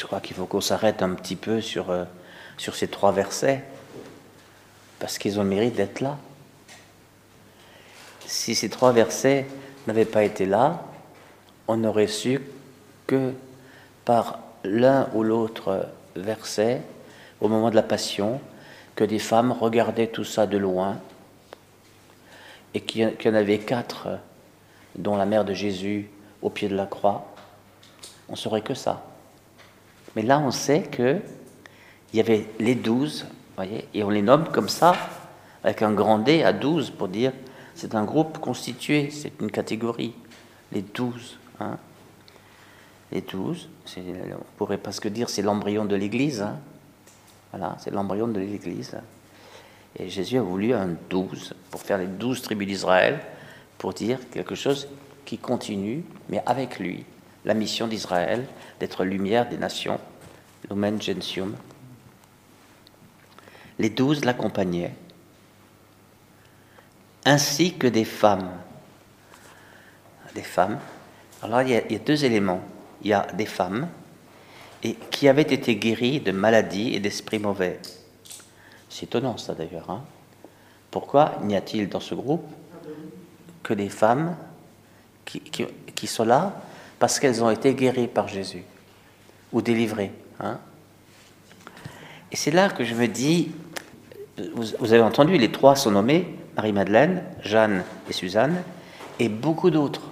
je crois qu'il faut qu'on s'arrête un petit peu sur ces 3 versets, parce qu'ils ont le mérite d'être là. Si ces 3 versets n'avaient pas été là, on n'aurait su que par l'un ou l'autre verset, au moment de la Passion, que des femmes regardaient tout ça de loin, et qu'il y en avait 4, dont la mère de Jésus, au pied de la croix. On ne saurait que ça. Mais là, on sait qu'il y avait les 12, voyez, et on les nomme comme ça, avec un grand D à 12, pour dire c'est un groupe constitué, c'est une catégorie. Les 12. Hein. Les 12, on pourrait presque dire c'est l'embryon de l'Église. Hein. Voilà, c'est l'embryon de l'Église. Et Jésus a voulu un 12 pour faire les 12 tribus d'Israël, pour dire quelque chose qui continue, mais avec lui. La mission d'Israël, d'être lumière des nations, Lumen Gentium. Les 12 l'accompagnaient, ainsi que des femmes. Des femmes. Alors là, il y a 2 éléments. Il y a des femmes et qui avaient été guéries de maladies et d'esprits mauvais. C'est étonnant ça d'ailleurs. Hein. Pourquoi n'y a-t-il dans ce groupe que des femmes qui sont là parce qu'elles ont été guéries par Jésus ou délivrées. Hein. Et c'est là que je me dis, vous avez entendu, les 3 sont nommés, Marie-Madeleine, Jeanne et Suzanne, et beaucoup d'autres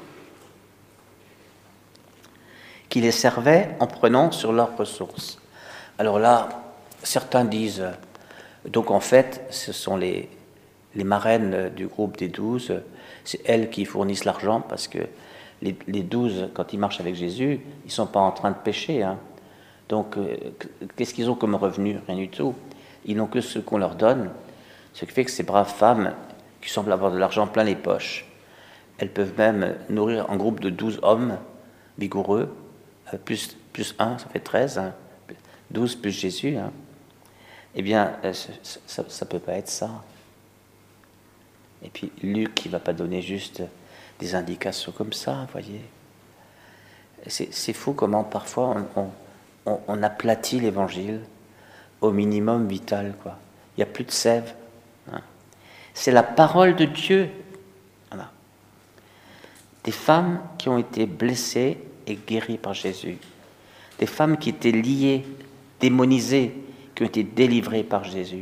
qui les servaient en prenant sur leurs ressources. Alors là, certains disent, donc en fait, ce sont les marraines du groupe des 12, c'est elles qui fournissent l'argent, parce que les 12, quand ils marchent avec Jésus, ils ne sont pas en train de pécher. Hein. Donc, qu'est-ce qu'ils ont comme revenu? Rien du tout. Ils n'ont que ce qu'on leur donne, ce qui fait que ces braves femmes, qui semblent avoir de l'argent plein les poches, elles peuvent même nourrir un groupe de 12 hommes vigoureux, plus 1, ça fait 13, hein, 12 plus Jésus. Hein. Eh bien, ça ne peut pas être ça. Et puis Luc, il ne va pas donner juste des indications comme ça, vous voyez. C'est fou comment parfois on aplatit l'évangile au minimum vital, quoi. Il n'y a plus de sève. Hein. C'est la parole de Dieu. Voilà. Des femmes qui ont été blessées et guéries par Jésus. Des femmes qui étaient liées, démonisées, qui ont été délivrées par Jésus.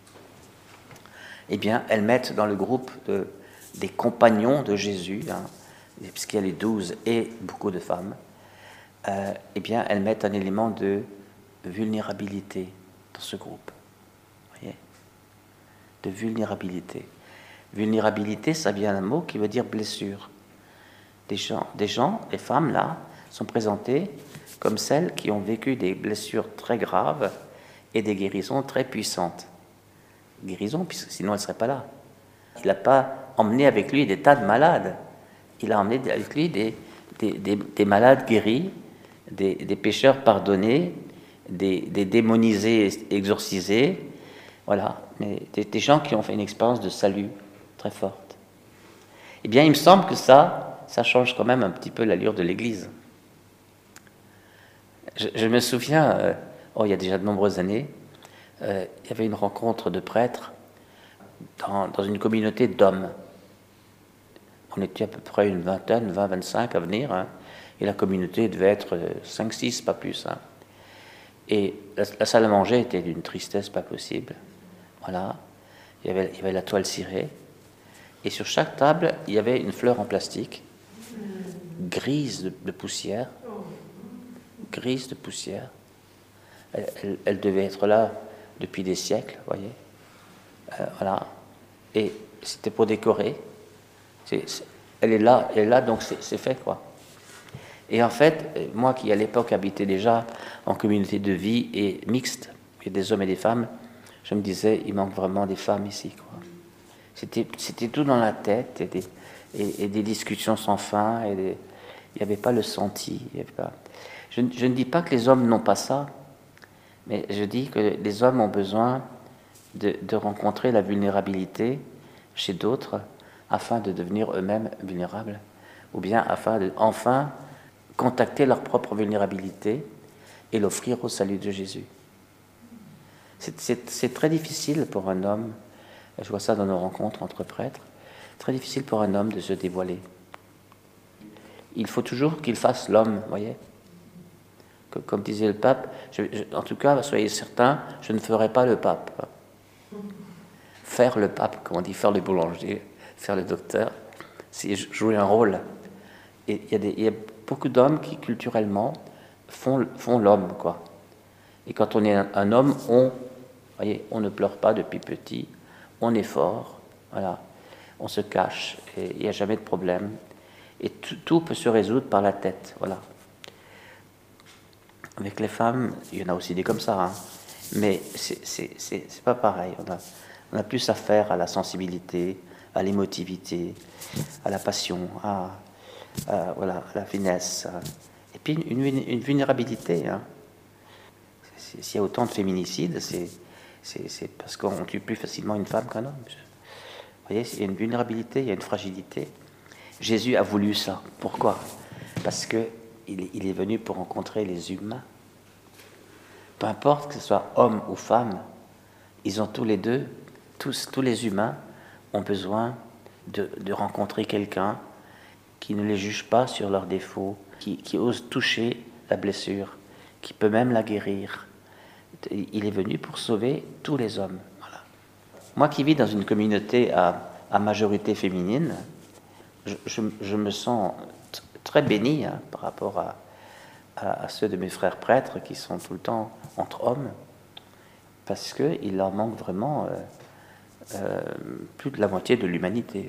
Eh bien, elles mettent dans le groupe des compagnons de Jésus, hein, puisqu'il y a les 12 et beaucoup de femmes, eh bien, elles mettent un élément de vulnérabilité dans ce groupe. Vous voyez ? De vulnérabilité. Vulnérabilité, ça vient d'un mot qui veut dire blessure. Des gens, les femmes là, sont présentées comme celles qui ont vécu des blessures très graves et des guérisons très puissantes. Guérison, puisque sinon elle ne serait pas là. Il n'a pas emmené avec lui des tas de malades. Il a emmené avec lui des malades guéris, des pécheurs pardonnés, des démonisés exorcisés. Voilà, mais des gens qui ont fait une expérience de salut très forte. Eh bien, il me semble que ça change quand même un petit peu l'allure de l'Église. Je me souviens, il y a déjà de nombreuses années, il y avait une rencontre de prêtres dans une communauté d'hommes. On était à peu près une vingtaine, 20-25 à venir, hein, et la communauté devait être 5-6, pas plus. Hein. Et la salle à manger était d'une tristesse pas possible. Voilà, il y avait la toile cirée, et sur chaque table, il y avait une fleur en plastique, grise de poussière, grise de poussière. Elle devait être là depuis des siècles, vous voyez. Voilà. Et c'était pour décorer. Elle est là, donc c'est fait, quoi. Et en fait, moi qui à l'époque habitais déjà en communauté de vie et mixte, et des hommes et des femmes, je me disais, il manque vraiment des femmes ici, quoi. C'était tout dans la tête, et des discussions sans fin, il n'y avait pas le senti. Je ne dis pas que les hommes n'ont pas ça, mais je dis que les hommes ont besoin de rencontrer la vulnérabilité chez d'autres afin de devenir eux-mêmes vulnérables, ou bien afin de enfin contacter leur propre vulnérabilité et l'offrir au salut de Jésus. C'est très difficile pour un homme, je vois ça dans nos rencontres entre prêtres, très difficile pour un homme de se dévoiler. Il faut toujours qu'il fasse l'homme, vous voyez. Comme disait le pape, en tout cas, soyez certains, je ne ferai pas le pape. Faire le pape, comme on dit, faire le boulanger, faire le docteur, c'est jouer un rôle. Et il y a beaucoup d'hommes qui, culturellement, font l'homme, quoi. Et quand on est un homme, voyez, on ne pleure pas depuis petit, on est fort, voilà, on se cache, et il n'y a jamais de problème. Et tout peut se résoudre par la tête, voilà. Avec les femmes, il y en a aussi des comme ça, hein, mais c'est pas pareil. On a plus affaire à la sensibilité, à l'émotivité, à la passion, voilà, à la finesse. Et puis une vulnérabilité. Hein. S'il y a autant de féminicides, c'est parce qu'on tue plus facilement une femme qu'un homme. Vous voyez, il y a une vulnérabilité, il y a une fragilité. Jésus a voulu ça. Pourquoi? Parce qu'il est venu pour rencontrer les humains. Peu importe que ce soit homme ou femme, ils ont tous les deux, tous les humains ont besoin de rencontrer quelqu'un qui ne les juge pas sur leurs défauts, qui ose toucher la blessure, qui peut même la guérir. Il est venu pour sauver tous les hommes. Voilà. Moi qui vis dans une communauté à majorité féminine, je me sens très béni par rapport à ceux de mes frères prêtres qui sont tout le temps entre hommes, parce qu'il leur manque vraiment plus de la moitié de l'humanité.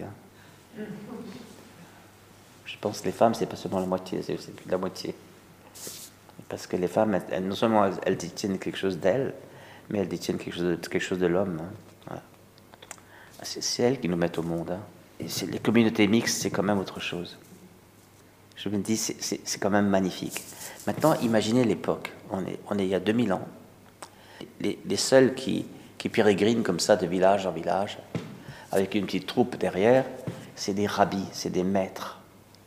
Je pense que les femmes, c'est pas seulement la moitié, c'est plus de la moitié. Parce que les femmes, non seulement elles détiennent quelque chose d'elles, mais elles détiennent quelque chose de l'homme. Voilà. C'est elles qui nous mettent au monde. Et les communautés mixtes, c'est quand même autre chose. Je me dis, c'est quand même magnifique. Maintenant, imaginez l'époque. On est il y a 2000 ans. Les seuls qui pérégrinent comme ça de village en village, avec une petite troupe derrière, c'est des rabbis, c'est des maîtres.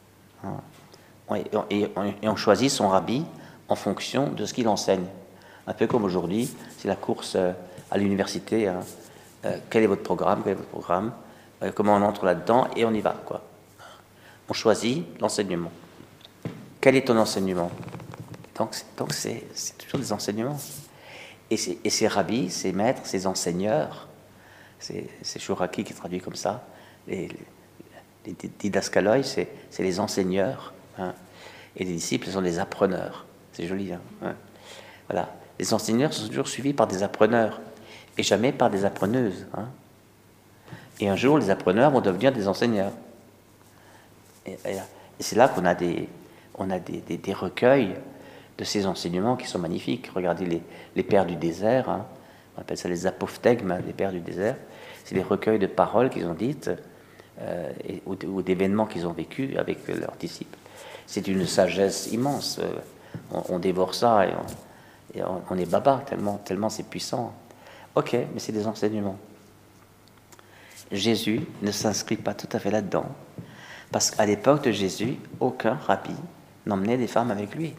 Et on choisit son rabbi en fonction de ce qu'il enseigne. Un peu comme aujourd'hui, c'est la course à l'université. Quel est votre programme? Comment on entre là-dedans? Et on y va, quoi. On choisit l'enseignement. Quel est ton enseignement? Donc c'est toujours des enseignements. Et ces rabbis, ces maîtres, ces enseigneurs, c'est Chouraki qui traduit comme ça, les didaskaloi, c'est les enseigneurs, hein, et les disciples sont des appreneurs. C'est joli, hein. Voilà. Les enseigneurs sont toujours suivis par des appreneurs, et jamais par des appreneuses. Hein. Et un jour, les appreneurs vont devenir des enseigneurs. Et c'est là qu'on a des recueils de ces enseignements qui sont magnifiques. Regardez les pères du désert, hein. On appelle ça les apophthegmes, les pères du désert. C'est des recueils de paroles qu'ils ont dites ou d'événements qu'ils ont vécus avec leurs disciples. C'est une sagesse immense. On dévore ça et on est baba, tellement c'est puissant. Ok, mais c'est des enseignements. Jésus ne s'inscrit pas tout à fait là-dedans, parce qu'à l'époque de Jésus, aucun rabbi n'emmenait des femmes avec lui.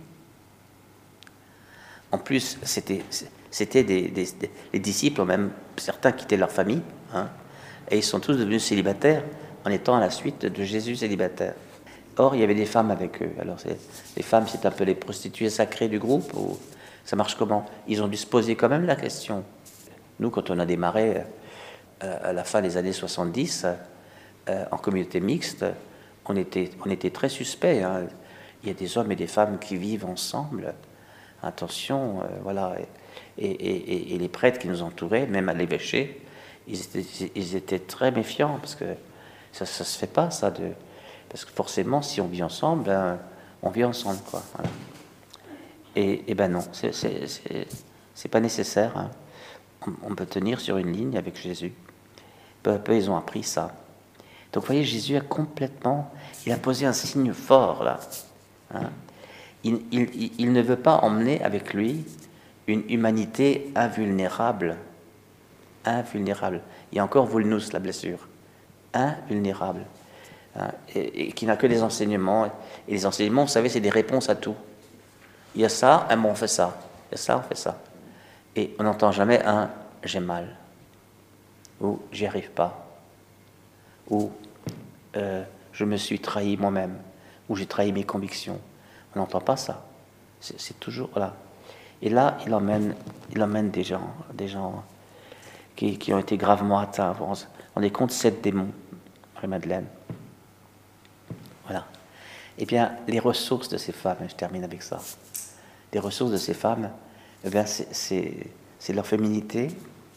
En plus, c'était les disciples, ont même certains quittaient leur famille, hein, et ils sont tous devenus célibataires en étant à la suite de Jésus célibataire. Or, il y avait des femmes avec eux. Alors, les femmes, c'est un peu les prostituées sacrées du groupe, ou ça marche comment? Ils ont dû se poser quand même la question. Nous, quand on a démarré à la fin des années 70, en communauté mixte, on était très suspects. Hein. Il y a des hommes et des femmes qui vivent ensemble. Attention, voilà. Et les prêtres qui nous entouraient, même à l'évêché, ils étaient très méfiants, parce que ça se fait pas, ça. Parce que forcément, si on vit ensemble, ben, on vit ensemble, quoi. Voilà. Et ben non, c'est pas nécessaire. Hein. On peut tenir sur une ligne avec Jésus. Peu à peu, ils ont appris ça. Donc, vous voyez, Jésus il a posé un signe fort, là. Hein. Il ne veut pas emmener avec lui une humanité invulnérable. Invulnérable. Il y a encore vulnus, la blessure. Invulnérable. Hein, et qui n'a que des enseignements. Et les enseignements, vous savez, c'est des réponses à tout. Il y a ça, bon, on fait ça. Et ça, on fait ça. Et on n'entend jamais un « j'ai mal » ou « j'y arrive pas » ou je me suis trahi moi-même » ou « j'ai trahi mes convictions ». On n'entend pas ça. C'est toujours... Voilà. Et là, il emmène des gens qui ont été gravement atteints. On est contre 7 démons, Marie-Madeleine. Voilà. Eh bien, les ressources de ces femmes, je termine avec ça, les ressources de ces femmes, eh bien, c'est leur féminité,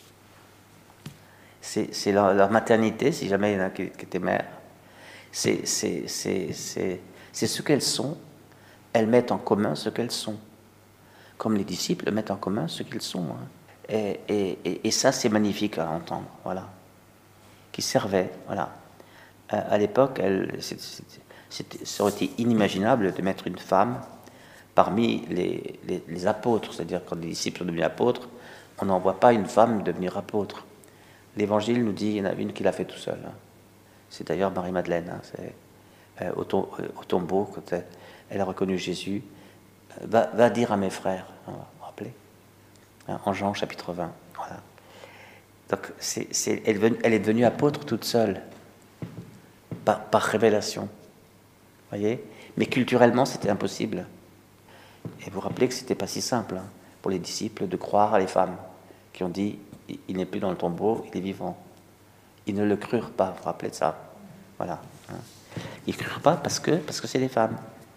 c'est leur maternité, si jamais il y en a qui étaient mères, c'est ce qu'elles sont, elles mettent en commun ce qu'elles sont, comme les disciples mettent en commun ce qu'ils sont. Hein. Et ça, c'est magnifique à entendre, voilà. Qui servait, voilà. À l'époque, ça aurait été inimaginable de mettre une femme parmi les apôtres, c'est-à-dire quand les disciples sont devenus apôtres, on n'envoie pas une femme devenir apôtre. L'Évangile nous dit qu'il y en a une qui l'a fait tout seul. Hein. C'est d'ailleurs Marie-Madeleine. Hein, c'est, au tombeau, quand elle a reconnu Jésus, va dire à mes frères, hein, vous vous rappelez, hein, en Jean chapitre 20. Voilà. Donc elle est devenue apôtre toute seule, par révélation. Voyez, mais culturellement, c'était impossible. Et vous vous rappelez que c'était pas si simple hein, pour les disciples de croire à les femmes qui ont dit il n'est plus dans le tombeau, il est vivant. Ils ne le crurent pas, vous vous rappelez de ça. Voilà. Hein. Ils ne crurent pas parce que c'est des femmes.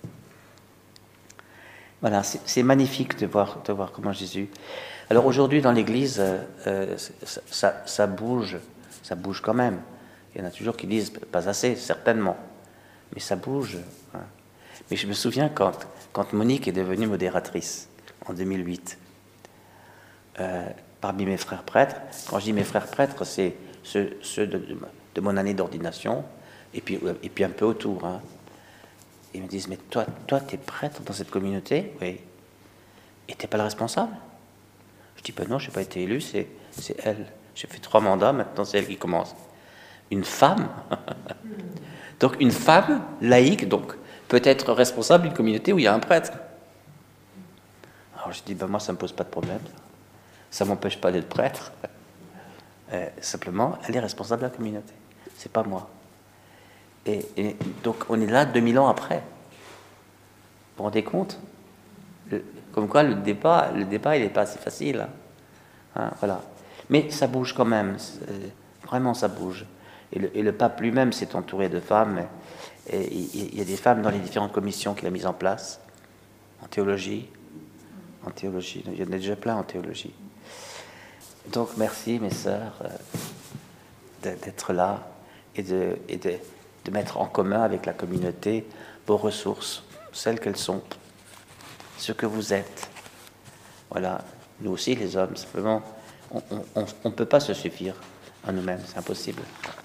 Voilà, c'est magnifique de voir comment Jésus. Alors aujourd'hui dans l'Église, ça bouge quand même. Il y en a toujours qui disent pas assez, certainement, mais ça bouge. Hein. Mais je me souviens quand Monique est devenue modératrice en 2008, parmi mes frères prêtres. Quand je dis mes frères prêtres, c'est ceux de mon année d'ordination et puis un peu autour. Hein. Ils me disent, mais toi tu es prêtre dans cette communauté? Oui. Et t'es pas le responsable? Je dis, ben non, je n'ai pas été élu, c'est elle. J'ai fait 3 mandats, maintenant c'est elle qui commence. Une femme donc une femme laïque, donc peut être responsable d'une communauté où il y a un prêtre. Alors je dis, ben moi ça ne me pose pas de problème. Ça ne m'empêche pas d'être prêtre. Simplement, elle est responsable de la communauté. C'est pas moi. Et donc on est là 2000 ans après. Vous vous rendez compte? Comme quoi le débat il n'est pas assez facile. Hein, voilà. Mais ça bouge quand même. Vraiment ça bouge. Et le pape lui-même s'est entouré de femmes. Et il y a des femmes dans les différentes commissions qu'il a mises en place. En théologie. Il y en a déjà plein en théologie. Donc merci mes sœurs d'être là et de mettre en commun avec la communauté vos ressources, celles qu'elles sont, ce que vous êtes. Voilà, nous aussi les hommes, simplement, on ne peut pas se suffire à nous-mêmes, c'est impossible.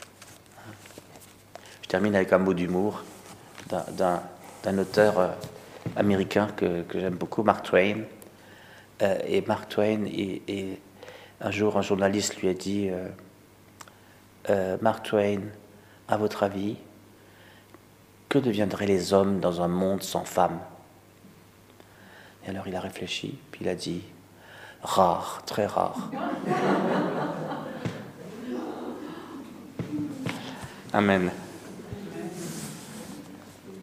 Je termine avec un mot d'humour d'un auteur américain que j'aime beaucoup, Mark Twain. Et Mark Twain, un jour, un journaliste lui a dit Mark Twain, à votre avis, que deviendraient les hommes dans un monde sans femmes? Et alors il a réfléchi, puis il a dit rare, très rare. Amen.